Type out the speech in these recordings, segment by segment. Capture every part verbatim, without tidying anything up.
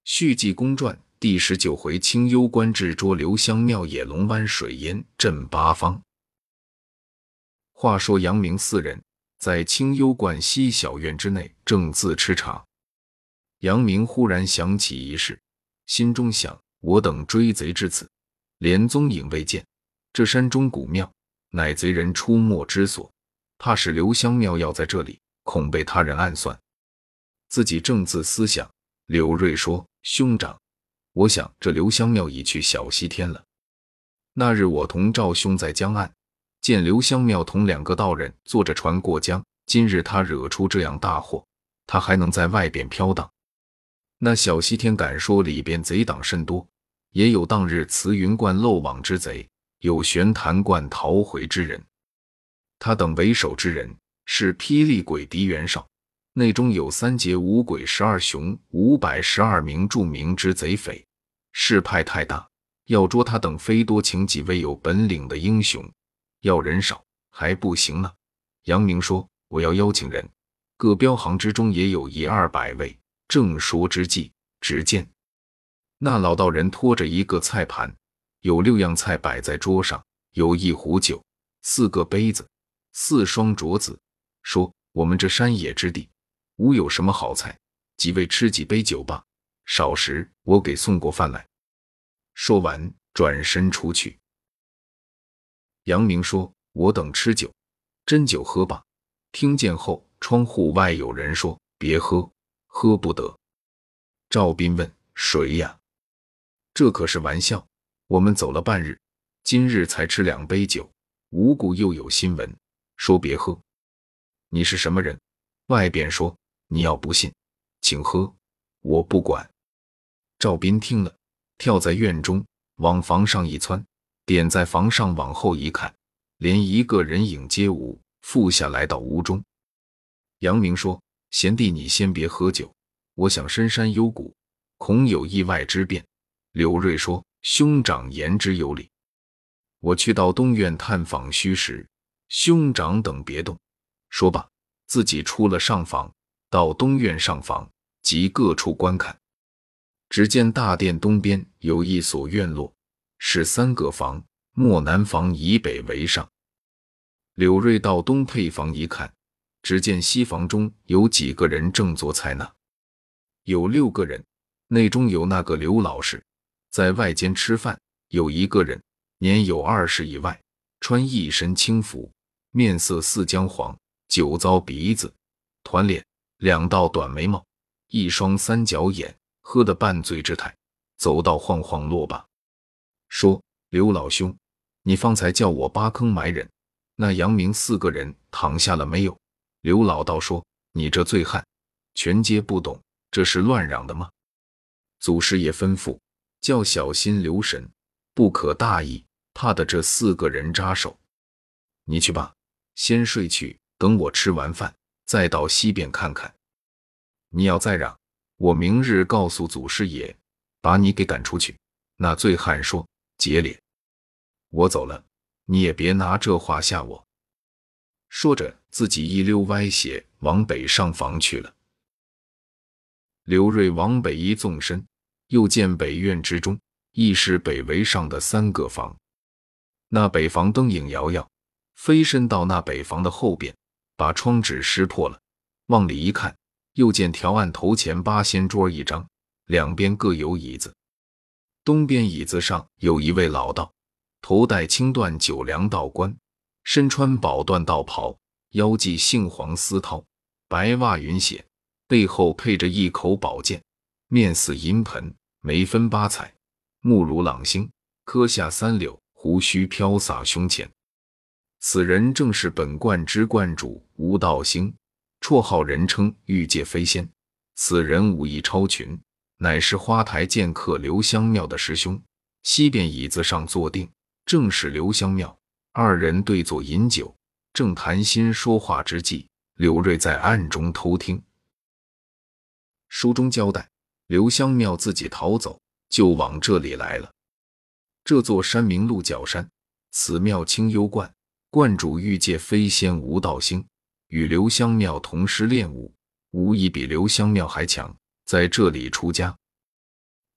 续记公传第十九回，清幽观至捉刘香庙，野龙湾水淹震八方。话说杨明四人在清幽观西小院之内正自吃茶，杨明忽然想起一事，心中想：我等追贼至此，连踪影未见，这山中古庙乃贼人出没之所，怕是刘香庙要在这里，恐被他人暗算。自己正自思想，柳瑞说：兄长，我想这刘香庙已去小西天了。那日我同赵兄在江岸，见刘香庙同两个道人坐着船过江，今日他惹出这样大祸，他还能在外边飘荡。那小西天敢说里边贼党甚多，也有当日慈云观漏网之贼，有玄坛观逃回之人。他等为首之人是霹雳鬼狄元绍，内中有三劫五鬼十二雄五百十二名著名之贼匪，势派太大，要捉他等非多请几位有本领的英雄，要人少还不行呢。杨明说：我要邀请人，各镖行之中也有一二百位。正说之际，只见那老道人拖着一个菜盘，有六样菜摆在桌上，有一壶酒，四个杯子，四双镯子，说：我们这山野之地无有什么好菜，几位吃几杯酒吧，少时我给送过饭来。说完转身出去。杨明说：我等吃酒，斟酒喝罢，听见后窗户外有人说：别喝，喝不得。赵斌问：谁呀？这可是玩笑，我们走了半日，今日才吃两杯酒，无故又有新闻说别喝。你是什么人？外边说，你要不信请喝，我不管。赵斌听了，跳在院中往房上一窜，点在房上往后一看，连一个人影皆无，复下来到屋中。杨明说：贤弟你先别喝酒，我想深山幽谷，恐有意外之变。柳瑞说：兄长言之有理，我去到东院探访虚实，兄长等别动。说罢，自己出了上房，到东院上房及各处观看。只见大殿东边有一所院落，是三个房，末南房以北为上。柳瑞到东配房一看，只见西房中有几个人正坐菜那，有六个人，内中有那个刘老师在外间吃饭，有一个人年有二十以外，穿一身清服，面色似姜黄，酒糟鼻子，团脸，两道短眉毛，一双三角眼，喝得半醉之态，走到晃晃落吧，说：刘老兄，你方才叫我扒坑埋人，那杨明四个人躺下了没有？刘老道说：你这醉汉全皆不懂，这是乱嚷的吗？祖师爷吩咐叫小心留神，不可大意，怕的这四个人扎手。你去吧，先睡去，等我吃完饭再到西边看看。你要再嚷，我明日告诉祖师爷，把你给赶出去。那醉汉说：结脸，我走了，你也别拿这话吓我。说着自己一溜歪斜往北上房去了。刘瑞往北一纵身，又见北院之中亦是北围上的三个房，那北房灯影摇摇，飞身到那北房的后边，把窗纸撕破了，往里一看，又见条案头前八仙桌一张，两边各有椅子，东边椅子上有一位老道，头戴青缎九梁道冠，身穿宝缎道袍，腰系杏黄丝绦，白袜云鞋，背后配着一口宝剑，面似银盆，眉分八彩，目如朗星，磕下三绺，胡须飘洒胸前。此人正是本观之观主吴道星，绰号人称玉界飞仙。此人武艺超群，乃是花台剑客刘香庙的师兄。西边椅子上坐定，正是刘香庙。二人对坐饮酒，正谈心说话之际，柳瑞在暗中偷听。书中交代，刘香庙自己逃走，就往这里来了。这座山名鹿角山，此庙清幽观，观主玉界飞仙吴道星，与刘香庙同师练武，无疑比刘香庙还强，在这里出家。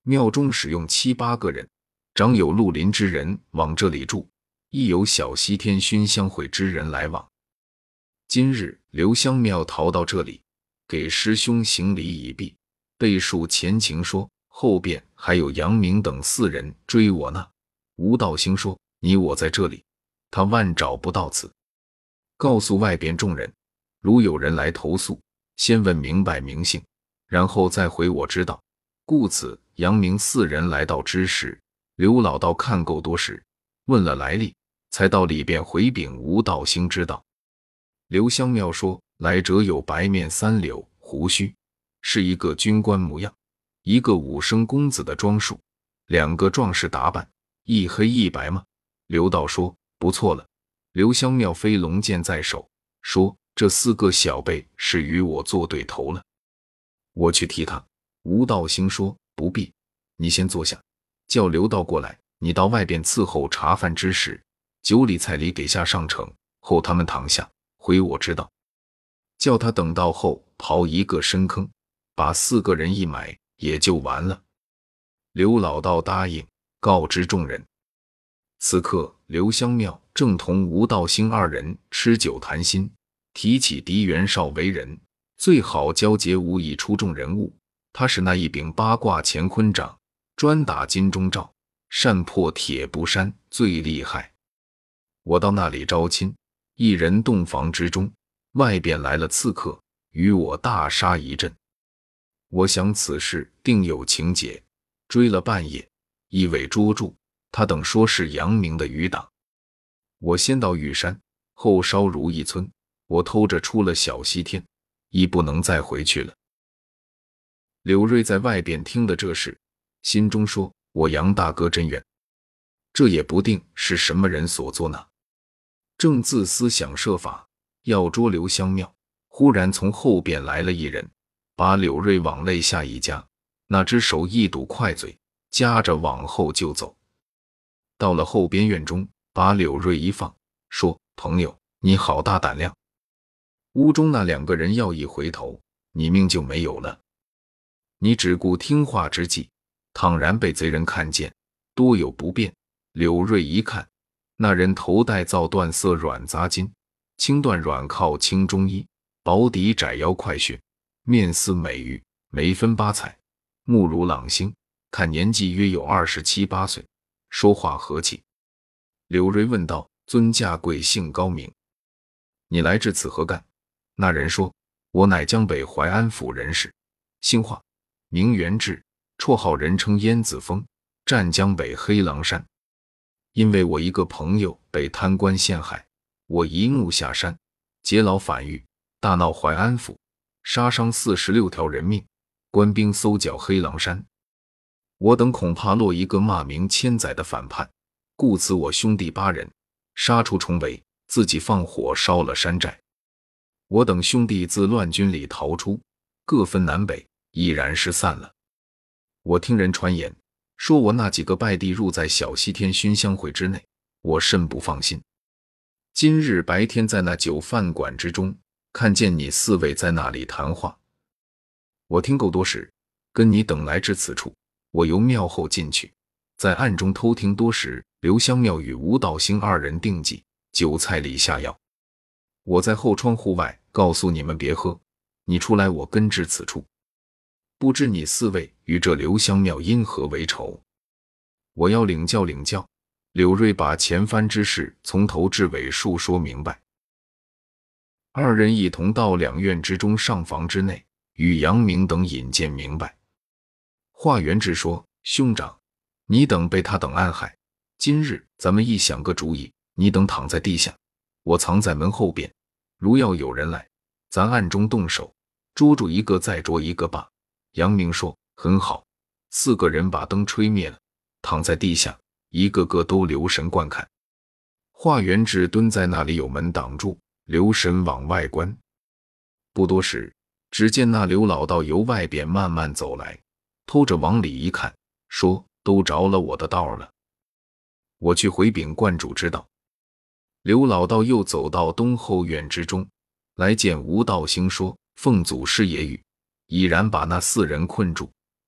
庙中使用七八个人，长有绿林之人往这里住，亦有小西天熏香会之人来往。今日刘香庙逃到这里，给师兄行礼已毕，备述前情说，后边还有杨明等四人追我呢。吴道兴说，你我在这里，他万找不到此，告诉外边众人，如有人来投诉，先问明白名姓，然后再回我知道。故此杨明四人来到之时，刘老道看够多时，问了来历，才到里边回禀吴道兴知道。刘香庙说，来者有白面三绺，胡须，是一个军官模样，一个武生公子的装束，两个壮士打扮，一黑一白吗？刘道说，不错了。刘香庙飞龙剑在手，说这四个小辈是与我做对头了，我去替他。吴道兴说，不必，你先坐下，叫刘道过来，你到外边伺候茶饭之时，酒里菜里给下上乘，后他们躺下，回我知道。叫他等到后刨一个深坑，把四个人一埋，也就完了。刘老道答应，告知众人。此刻刘香庙正同吴道兴二人吃酒谈心，提起狄元绍为人，最好交结无以出众人物。他是那一柄八卦乾坤掌，专打金钟罩，擅破铁布衫，最厉害。我到那里招亲，一人洞房之中，外边来了刺客，与我大杀一阵。我想此事定有情节，追了半夜，亦未捉住，他等说是杨明的余党。我先到玉山，后烧如意村，我偷着出了小西天，亦不能再回去了。柳瑞在外边听了这事，心中说，我杨大哥真冤，这也不定是什么人所做呢。正自思想设法要捉刘香庙，忽然从后边来了一人，把柳瑞往肋下一夹，那只手一堵快嘴，夹着往后就走。到了后边院中，把柳瑞一放，说，朋友，你好大胆量。屋中那两个人要一回头，你命就没有了。你只顾听话之计，倘然被贼人看见，多有不便。柳瑞一看，那人头戴皂缎色软扎巾，青缎软靠青中衣，薄底窄腰快靴，面似美玉，眉分八彩，目如朗星，看年纪约有二十七八岁，说话和气。柳瑞问道，尊驾贵姓高名？你来至此何干？那人说，我乃江北淮安府人士，姓华，名元志，绰号人称燕子峰，占江北黑狼山。因为我一个朋友被贪官陷害，我一怒下山，劫牢反狱，大闹淮安府，杀伤四十六条人命，官兵搜剿黑狼山。我等恐怕落一个骂名千载的反叛，故此我兄弟八人杀出重围，自己放火烧了山寨。我等兄弟自乱军里逃出，各分南北，已然失散了。我听人传言，说我那几个拜弟入在小西天熏香会之内，我甚不放心。今日白天在那酒饭馆之中，看见你四位在那里谈话，我听够多时，跟你等来至此处，我由庙后进去，在暗中偷听多时，刘香庙与吴道兴二人定计，酒菜里下药。我在后窗户外告诉你们别喝，你出来我跟至此处。不知你四位与这刘香庙因何为仇？我要领教领教。柳瑞把前番之事从头至尾述说明白。二人一同到两院之中上房之内，与杨明等引荐明白。华元志说，兄长，你等被他等暗害，今日咱们一想个主意，你等躺在地下，我藏在门后边，如要有人来，咱暗中动手，捉住一个再捉一个罢。杨明说，很好。四个人把灯吹灭了，躺在地下，一个个都留神观看。华元志蹲在那里，有门挡住，留神往外观。不多时，只见那刘老道由外边慢慢走来，偷着往里一看，说，都着了我的道了。我去回禀观主知道。刘老道又走到东后院之中，来见吴道兴，说，奉祖师爷谕，已然把那四人困住，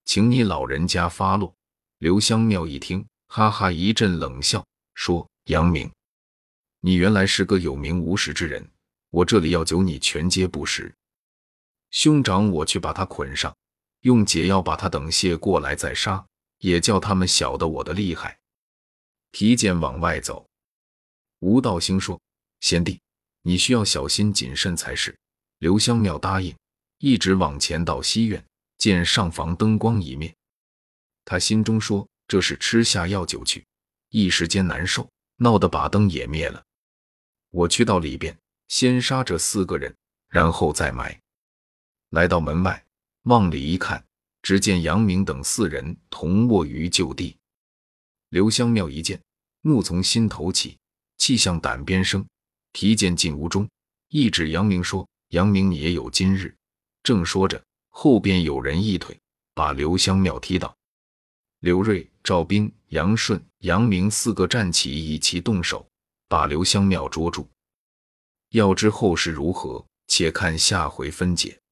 请你老人家发落。”刘香庙一听，哈哈一阵冷笑，说：“杨明，你原来是个有名无实之人，我这里要酒你全皆不实。兄长，我去把他捆上，用解药把他等卸过来再杀，也叫他们晓得我的厉害。”提剑往外走。吴道兴说：“贤弟，你需要小心谨慎才是。”刘香庙答应，一直往前到西院，见上房灯光一灭。他心中说：“这是吃下药酒去，一时间难受，闹得把灯也灭了。我去到里边，先杀这四个人，然后再埋。”来到门外，往里一看，只见杨明等四人同卧于就地。刘香庙一见，怒从心头起，气向胆边生，提剑进屋中，一指杨明说：“杨明，你也有今日。”正说着，后边有人一腿把刘香庙踢倒。刘瑞、赵斌、杨顺、杨明四个站起，一齐动手，把刘香庙捉住。要知后事如何，且看下回分解。